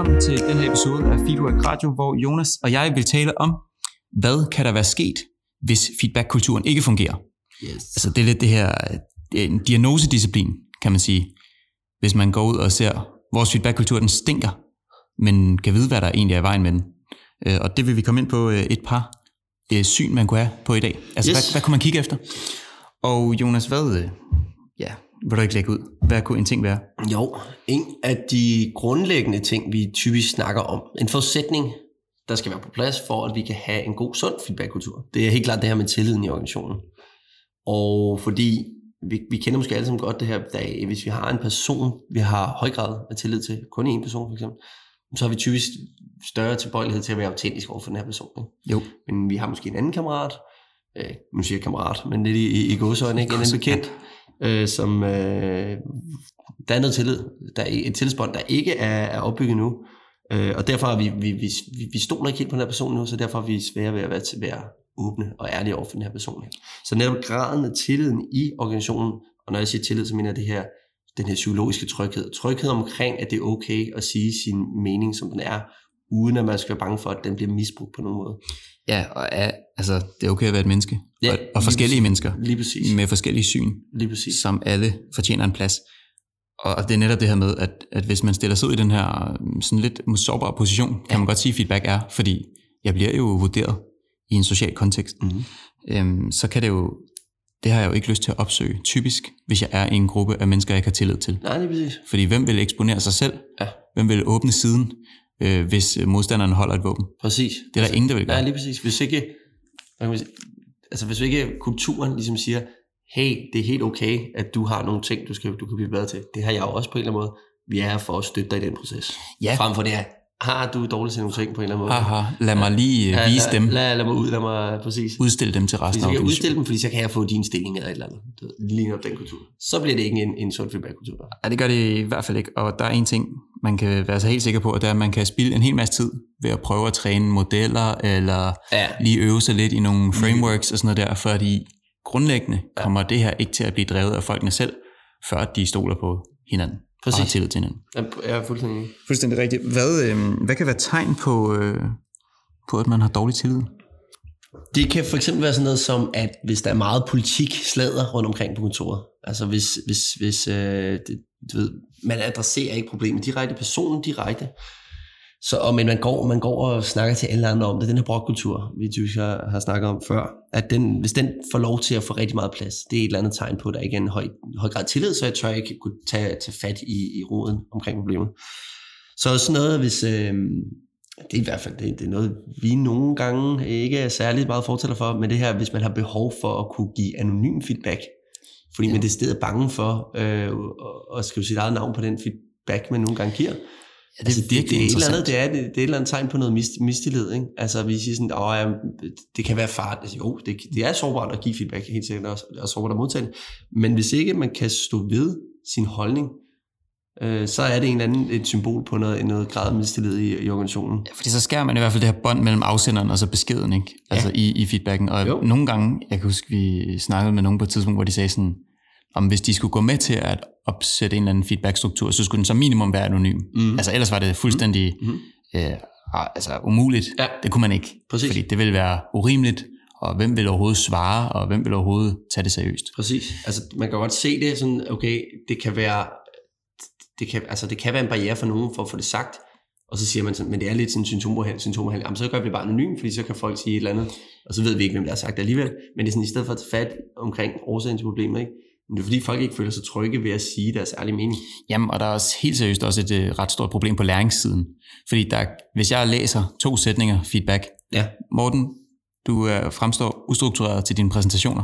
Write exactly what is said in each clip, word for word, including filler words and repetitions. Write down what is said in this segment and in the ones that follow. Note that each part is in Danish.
velkommen til den her episode af Feedback Radio, hvor Jonas og jeg vil tale om, hvad kan der være sket, hvis feedback-kulturen ikke fungerer. Yes. Altså det er lidt det her, det er en diagnosedisciplin, kan man sige. Hvis man går ud og ser, vores feedback-kultur, den stinker, men kan vide, hvad der egentlig er i vejen med den. Og det vil vi komme ind på et par syn, man kunne have på i dag. Altså, yes. hvad, hvad kunne man kigge efter? Og Jonas, hvad... Ja, vil du ikke lægge ud? Hvad kunne en ting være? Jo, en af de grundlæggende ting, vi typisk snakker om, en forudsætning, der skal være på plads for, at vi kan have en god, sund feedback-kultur. Det er helt klart det her med tilliden i organisationen. Og fordi vi, vi kender måske alle sammen godt det her, der, hvis vi har en person, vi har høj grad af tillid til, kun en person for eksempel, så har vi typisk større tilbøjelighed til at være autentisk over for den her person. Ikke? Jo. Men vi har måske en anden kammerat, øh, nu siger jeg kammerat, men lidt i, i, i gåsøjne, ikke? En anden bekendt, øh, som øh, der er noget tillid, der er et tillidsbånd, der ikke er, er opbygget nu, øh, og derfor har vi, vi, vi, vi stoler ikke helt på den her person nu, så derfor er vi svære ved at være, være åbne og ærlige over for den her person. Så netop graden af tilliden i organisationen, og når jeg siger tillid, så mener jeg det her, den her psykologiske tryghed. Tryghed omkring, at det er okay at sige sin mening, som den er, uden at man skal være bange for, at den bliver misbrugt på nogen måde. Ja, og ja, altså, det er okay at være et menneske. Ja, og, og forskellige præcis. mennesker. Lige præcis. Med forskellige syn. Lige præcis. Som alle fortjener en plads. Og det er netop det her med, at, at hvis man stiller sig ud i den her sådan lidt sårbare position, kan ja. man godt sige, feedback er, fordi jeg bliver jo vurderet i en social kontekst. Mm-hmm. Øhm, så kan det jo, det har jeg jo ikke lyst til at opsøge, typisk, hvis jeg er i en gruppe af mennesker, jeg ikke har tillid til. Nej, det er præcis. Fordi hvem vil eksponere sig selv? Ja. Hvem vil åbne siden, øh, hvis modstanderen holder et våben? Præcis. Det er der altså, ingen, der vil gøre. Nej, lige præcis. Hvis ikke, altså hvis ikke kulturen ligesom siger, hey, det er helt okay, at du har nogle ting, du, skal, du kan blive bedre til. Det har jeg jo også på en eller anden måde. Vi er her for at støtte dig i den proces. Ja. Frem for det her, har du dårligt til nogle ting på en eller anden måde. Haha, lad mig lige ja, vise lad, dem. Lad, lad mig ud, lad mig præcis. Udstille dem til resten af organisationen. Hvis jeg udstille dem, fordi så kan jeg få din stilling eller et eller andet. Lige op den kultur. Så bliver det ikke en, en sund feedback-kultur. Ja, det gør det i hvert fald ikke. Og der er en ting, man kan være så helt sikker på, og det er, at man kan spilde en hel masse tid ved at prøve at træne modeller, eller ja. lige øve sig lidt i nogle frameworks og sådan noget der, fordi grundlæggende ja. kommer det her ikke til at blive drevet af folkene selv, før de stoler på hinanden. Præcis. Og har tillid til hinanden. Jeg er fuldstændig Fuldstændig rigtigt. Hvad, øh, hvad kan være tegn på, øh, på, at man har dårlig tillid? Det kan for eksempel være sådan noget som, at hvis der er meget politik sladder rundt omkring på kontoret, altså hvis, hvis, hvis øh, det, du ved, man adresserer ikke problemet direkte, personen direkte, så, og, men man går, man går og snakker til alle andre om det, den her brokkultur, vi typisk har, har snakket om før, at den, hvis den får lov til at få rigtig meget plads, det er et eller andet tegn på, at der ikke er en høj, høj grad tillid, så jeg tør ikke kunne tage, tage fat i, i roden omkring problemet. Så sådan noget, hvis, øh, det er i hvert fald det, det er noget, vi nogle gange ikke er særlig meget fortæller for, men det her, hvis man har behov for at kunne give anonym feedback, fordi ja. man det sted er bange for øh, at skrive sit eget navn på den feedback, man nogle gange giver. Ja, det, altså, det, det, det, er et eller andet, det, er, det, det er et eller andet tegn på noget mist, mistillid, ikke? Altså vi siger sådan, åh, ja, det kan være fart. Altså, jo, det, det er sårbart at give feedback, helt sikkert også, og sårbart at modtage det. Men hvis ikke man kan stå ved sin holdning, øh, så er det en eller anden et symbol på noget, noget grad af mistillid i, i organisationen. Ja, fordi så skærer man i hvert fald det her bånd mellem afsenderen og så beskeden, ikke? Altså ja. i, i feedbacken. Og jo. nogle gange, jeg kan huske, vi snakkede med nogen på et tidspunkt, hvor de sagde sådan, om hvis de skulle gå med til at opsætte en eller anden feedbackstruktur, så skulle den som minimum være anonym. Mm. Altså ellers var det fuldstændig mm. øh, altså umuligt. Ja. Det kunne man ikke. Præcis. Fordi det ville være urimeligt, og hvem vil overhovedet svare, og hvem vil overhovedet tage det seriøst. Præcis. Altså man kan godt se det sådan, okay, det kan være, det kan, altså det kan være en barriere for nogen for at få det sagt, og så siger man sådan, men det er lidt sådan symptombehandling, jamen så gør vi det bare anonym, fordi så kan folk sige et eller andet, og så ved vi ikke, hvem der har sagt det alligevel, men det er sådan, i stedet for at tage fat omkring årsagen til problemet, ikke? Men det er fordi folk ikke føler sig trygge ved at sige deres ærlige mening. Jamen, og der er også helt seriøst også et uh, ret stort problem på læringssiden. Fordi der, hvis jeg læser to sætninger feedback, ja. Morten, du uh, fremstår ustruktureret til dine præsentationer,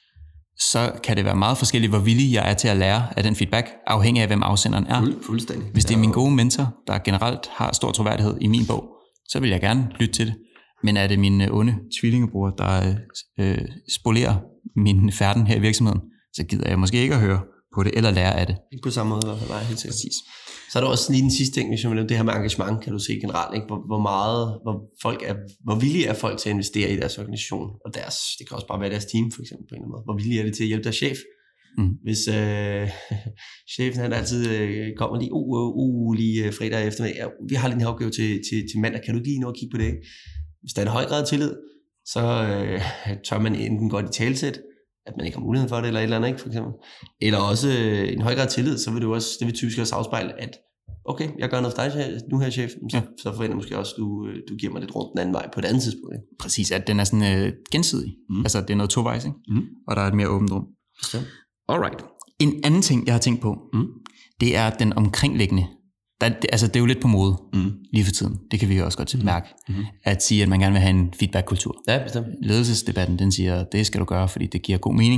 så kan det være meget forskelligt, hvor villig jeg er til at lære af den feedback, afhængig af, hvem afsenderen er. Fuld, fuldstændig. Hvis det er min gode mentor, der generelt har stor troværdighed i min bog, så vil jeg gerne lytte til det. Men er det min uh, onde tvillingebror, der uh, spolerer min færden her i virksomheden, så gider jeg måske ikke at høre på det, eller lære af det. Ikke på samme måde i hvert fald, nej, helt sikkert. Præcis. Så er der også lige den sidste ting, hvis jeg vil det her med engagement, kan du se generelt, ikke? Hvor, hvor meget, hvor folk er, hvor villige er folk til at investere i deres organisation, og deres, det kan også bare være deres team, for eksempel, på en eller anden måde. Hvor villige er det til at hjælpe deres chef, Mm. Hvis øh, chefen han altid øh, kommer lige, uh, uh, uh, lige øh, fredag eftermiddag, ja, vi har lige en opgave til, til, til mandag, kan du ikke lige nå at kigge på det? Hvis der er en høj grad af tillid, så øh, tør man enten godt i talsæt, at man ikke har mulighed for det, eller et eller andet, ikke, for eksempel. Eller også øh, en høj grad af tillid, så vil det også, det vil typisk også afspejle, at okay, jeg gør noget for dig nu her, chef, så, ja. så forventer jeg måske også, at du, du giver mig lidt rundt den anden vej på et andet tidspunkt. Ikke? Præcis, at den er sådan øh, gensidig. Mm. Altså, det er noget tovejs, ikke? Mm. Og der er et mere åbent rum. Bestemt. Alright. En anden ting, jeg har tænkt på, mm. det er den omkringliggende. Der, det, altså, det er jo lidt på mode mm. lige for tiden. Det kan vi jo også godt mm. mærke. Mm. At sige, at man gerne vil have en feedback-kultur. Ja, bestemt. Ledelsesdebatten, den siger, det skal du gøre, fordi det giver god mening.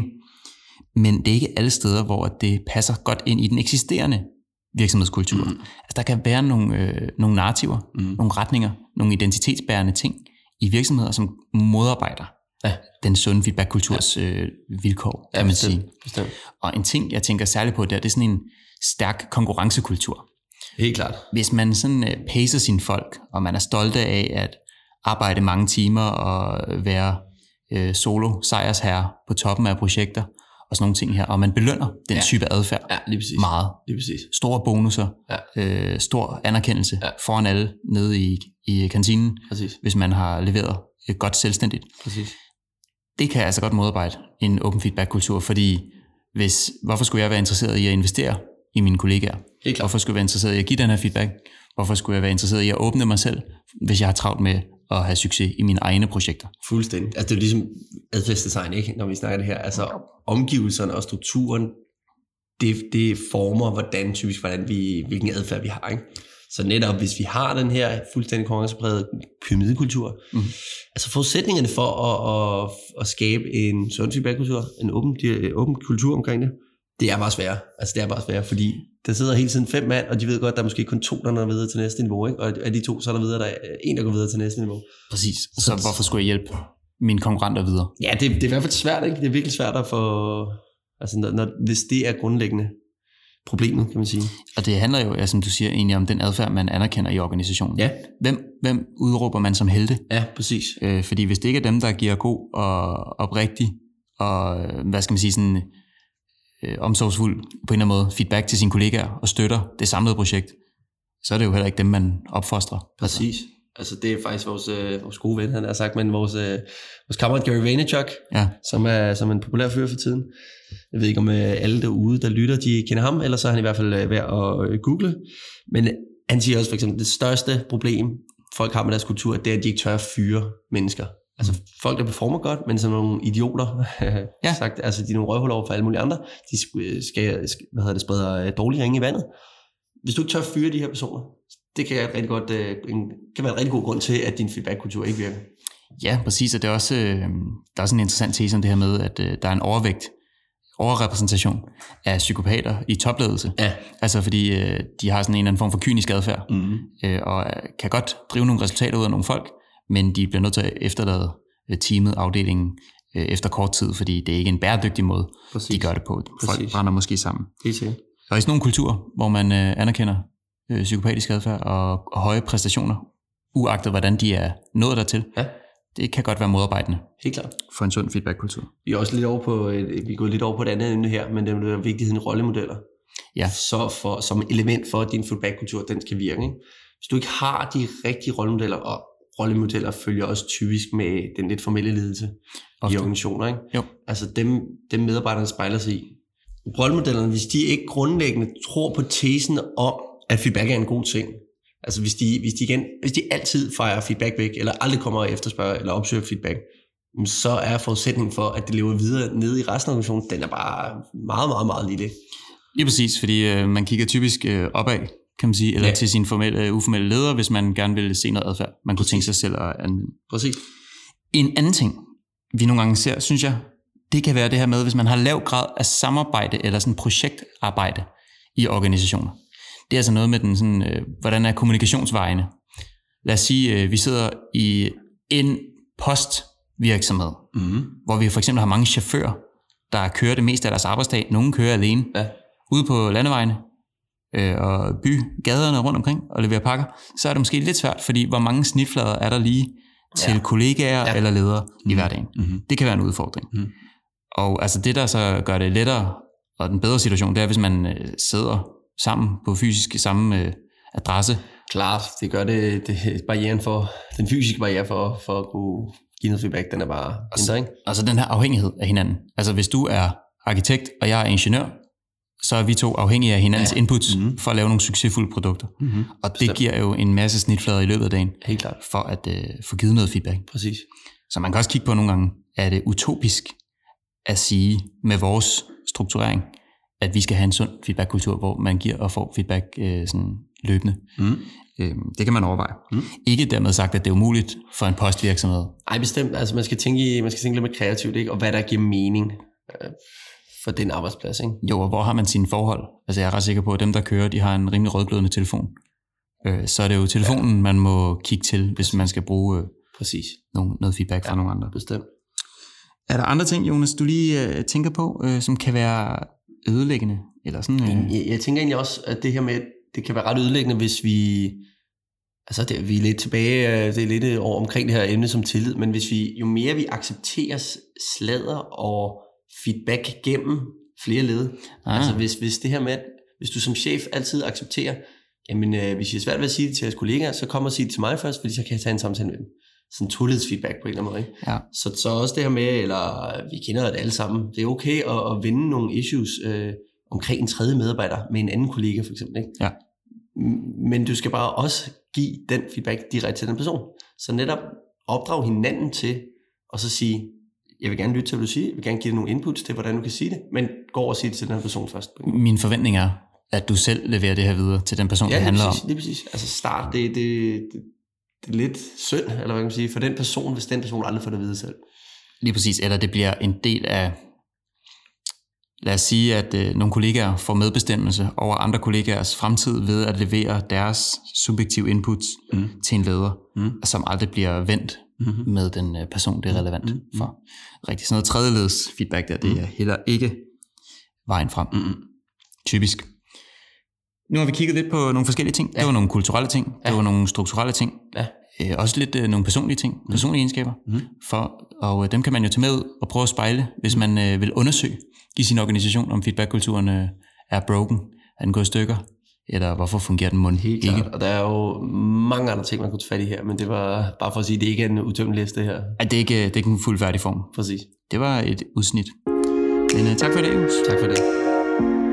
Men det er ikke alle steder, hvor det passer godt ind i den eksisterende virksomhedskultur. Mm. Altså, der kan være nogle, øh, nogle narrativer, mm. nogle retninger, nogle identitetsbærende ting i virksomheder, som modarbejder ja. den sunde feedback-kulturs øh, vilkår, ja, kan man bestemt, sige. Bestemt. Og en ting, jeg tænker særligt på der, det er sådan en stærk konkurrencekultur. Helt klart. Hvis man sådan øh, pacer sine folk, og man er stolte af at arbejde mange timer og være øh, solo sejrsherre på toppen af projekter, og sådan nogle ting her, og man belønner den ja. type adfærd ja, lige præcis. meget. Lige præcis. Store bonusser, ja. øh, stor anerkendelse ja. foran alle nede i, i kantinen, præcis. hvis man har leveret et godt selvstændigt. Præcis. Det kan altså godt modarbejde en open feedback-kultur, fordi hvis, hvorfor skulle jeg være interesseret i at investere i mine kollegaer? Hvorfor skulle jeg være interesseret i at give den her feedback? Hvorfor skulle jeg være interesseret i at åbne mig selv, hvis jeg har travlt med at have succes i mine egne projekter? Fuldstændig. Altså det er jo ligesom adfærdsdesign, ikke? Når vi snakker det her. Altså omgivelserne og strukturen, det, det former, hvordan typisk, hvordan vi, hvilken adfærd vi har, ikke? Så netop, hvis vi har den her fuldstændig konkurrenceprægede pyramidekultur, mm. altså forudsætningerne for at, at, at skabe en sund feedback-kultur, en åben, åben kultur omkring det, det er bare svært. Altså det er bare svært, fordi der sidder hele tiden fem mand, og de ved godt, der er måske kun to, der er videre til næste niveau, ikke? Og af de to, så er der videre, der er en, der går videre til næste niveau. Præcis. Så, så hvorfor skulle jeg hjælpe mine konkurrenter videre? Ja, det, det er i hvert fald svært, ikke? Det er virkelig svært at få, altså når, når, hvis det er grundlæggende problemet, kan man sige. Og det handler jo, ja, som du siger, egentlig om den adfærd, man anerkender i organisationen. Ja. Hvem, hvem udråber man som helte? Ja, præcis. Øh, fordi hvis det ikke er dem, der giver god og oprigtig og, hvad skal man sige, sådan øh, omsorgsfuld på en eller anden måde feedback til sine kollegaer og støtter det samlede projekt, så er det jo heller ikke dem, man opfostrer. Præcis. Altså det er faktisk vores, øh, vores gode ven, han har sagt, men vores, øh, vores kammerat Gary Vaynerchuk, ja. som, er, som er en populær fyr for tiden. Jeg ved ikke, om øh, alle derude, der lytter, de kender ham, eller så er han i hvert fald øh, værd at øh, google. Men han siger også for eksempel, det største problem, folk har med deres kultur, det er, at de ikke tør at fyre mennesker. Altså folk, der performer godt, men som nogle idioter, ja. sagt, altså de er nogle røvhuller over for alle mulige andre, de skal, hvad hedder det, spreder dårlige ringe i vandet. Hvis du ikke tør at fyre de her personer, det kan, jeg rigtig godt, øh, en, kan være en rigtig god grund til, at din feedback-kultur ikke virker. Ja, præcis, og det er også, øh, der er også en interessant tese om det her med, at øh, der er en overvægt, overrepræsentation af psykopater i topledelse. Ja. Altså fordi øh, de har sådan en eller anden form for kynisk adfærd, mm-hmm. øh, og kan godt drive nogle resultater ud af nogle folk, men de bliver nødt til at efterlade øh, teamet, afdelingen, øh, efter kort tid, fordi det er ikke en bæredygtig måde, præcis. De gør det på. Folk præcis. Brænder måske sammen. Helt sikkert. Og i sådan nogle kulturer, hvor man øh, anerkender øh, psykopatisk adfærd og, og høje præstationer, uagtet hvordan de er nået dertil, ja. Det kan godt være modarbejdende. Helt klart. For en sund feedback-kultur. Vi er også lidt over på, vi er gået lidt over på et andet emne her, men det er vigtigheden af rollemodeller. Ja. Så for, som element for, at din feedback-kultur, den skal virke. Ikke? Hvis du ikke har de rigtige rollemodeller, og rollemodeller følger også typisk med den lidt formelle ledelse ofte. I organisationer. Ikke? Jo. Altså dem, dem medarbejderne spejler sig i. Rollemodellerne, hvis de ikke grundlæggende tror på tesen om, at feedback er en god ting, altså hvis de, hvis de igen, hvis de altid fejrer feedback væk, eller aldrig kommer og efterspørger, eller opsøger feedback, så er forudsætningen for, at det lever videre nede i resten af organisationen, den er bare meget, meget, meget lille. Lige præcis, fordi øh, man kigger typisk øh, opad, kan man sige, eller ja. Til sine formelle, uformelle ledere, hvis man gerne vil se noget adfærd. Man kunne præcis. Tænke sig selv at anvende. Præcis. En anden ting, vi nogle gange ser, synes jeg, det kan være det her med, hvis man har lav grad af samarbejde, eller sådan projektarbejde i organisationer. Det er altså noget med den sådan, øh, hvordan er kommunikationsvejene. Lad os sige, øh, vi sidder i en postvirksomhed, mm-hmm. hvor vi for eksempel har mange chauffører, der kører det meste af deres arbejdsdag. Nogle kører alene ja. Ude på landevejene øh, og bygaderne rundt omkring og leverer pakker. Så er det måske lidt svært, fordi hvor mange snitflader er der lige til ja. Kollegaer ja. Eller ledere mm-hmm. i hverdagen. Mm-hmm. Det kan være en udfordring. Mm-hmm. Og altså det, der så gør det lettere og den bedre situation, det er, hvis man øh, sidder sammen på fysisk samme øh, adresse. Klart, det gør det, det barrieren for, den fysiske barriere for, for at kunne give noget feedback, den er bare mindre, ikke? Altså den her afhængighed af hinanden. Altså hvis du er arkitekt, og jeg er ingeniør, så er vi to afhængige af hinandens ja. inputs mm-hmm. for at lave nogle succesfulde produkter. Mm-hmm. Og det Bestemt. giver jo en masse snitflader i løbet af dagen, Helt klart. for at øh, få givet noget feedback. Præcis. Så man kan også kigge på nogle gange, er det utopisk at sige med vores strukturering, at vi skal have en sund feedbackkultur, hvor man giver og får feedback øh, sådan løbende. Mm. Øhm, det kan man overveje. Mm. Ikke dermed sagt, at det er umuligt for en postvirksomhed. Ej, bestemt. Altså man skal tænke, man skal tænke lidt mere kreativt, ikke? Og hvad der giver mening øh, for den arbejdsplads, ikke? Jo, og hvor har man sine forhold? Altså jeg er ret sikker på, at dem, der kører, de har en rimelig rødglødende telefon. Øh, så er det jo telefonen, ja. man må kigge til, hvis man skal bruge øh, Præcis. Nogle, noget feedback fra ja, nogle andre. Bestemt. Er der andre ting, Jonas, du lige øh, tænker på, øh, som kan være ødelæggende? Eller sådan, øh... jeg, jeg tænker egentlig også, at det her med, det kan være ret ødelæggende, hvis vi, altså det, vi er lidt tilbage, det er lidt over omkring det her emne som tillid, men hvis vi, jo mere vi accepterer sladder og feedback gennem flere led, ah. altså hvis, hvis det her med, hvis du som chef altid accepterer, jamen øh, hvis jeg er svært ved at sige det til jeres kollegaer, så kom og sige det til mig først, fordi så kan jeg tage en samtale med dem. Sådan to-ledsfeedback på en eller anden måde. Ikke? Ja. Så, så også det her med, eller vi kender det alle sammen, det er okay at, at vinde nogle issues øh, omkring en tredje medarbejder med en anden kollega for eksempel. Ikke? Ja. Men du skal bare også give den feedback direkte til den person. Så netop opdrage hinanden til, og så sige, jeg vil gerne lytte til, hvad du siger, jeg vil gerne give dig nogle inputs til, hvordan du kan sige det, men gå over og sige det til den person først. Min forventning er, at du selv leverer det her videre til den person, ja, det handler præcis, om. Ja, det er præcis. Altså start, det, det, det, det er lidt synd, eller hvad kan man sige, for den person, hvis den person aldrig får det at vide selv. Lige præcis, eller det bliver en del af, lad os sige, at øh, nogle kollegaer får medbestemmelse over andre kollegaers fremtid ved at levere deres subjektive inputs mm. til en leder, mm. som aldrig bliver vendt mm-hmm. med den øh, person, det er relevant mm-hmm. for. Rigtig sådan noget tredjeleds feedback der, det mm. er heller ikke vejen frem. Mm-hmm. Typisk. Nu har vi kigget lidt på nogle forskellige ting. Ja. Det var nogle kulturelle ting, ja. det var nogle strukturelle ting, ja. øh, også lidt øh, nogle personlige ting, mm. personlige egenskaber, mm. for, og øh, dem kan man jo tage med ud og prøve at spejle, hvis man øh, vil undersøge i sin organisation, om feedbackkulturen øh, er broken, er den gået i stykker, eller hvorfor fungerer den mund ikke. Klart. Og der er jo mange andre ting, man kunne tage fat i her, men det var bare for at sige, at det ikke er en udtømmende liste her. Ja, det er ikke, det er ikke en fuldfærdig form. Præcis. Det var et udsnit. Men øh, tak for det, Jonas. Tak for det.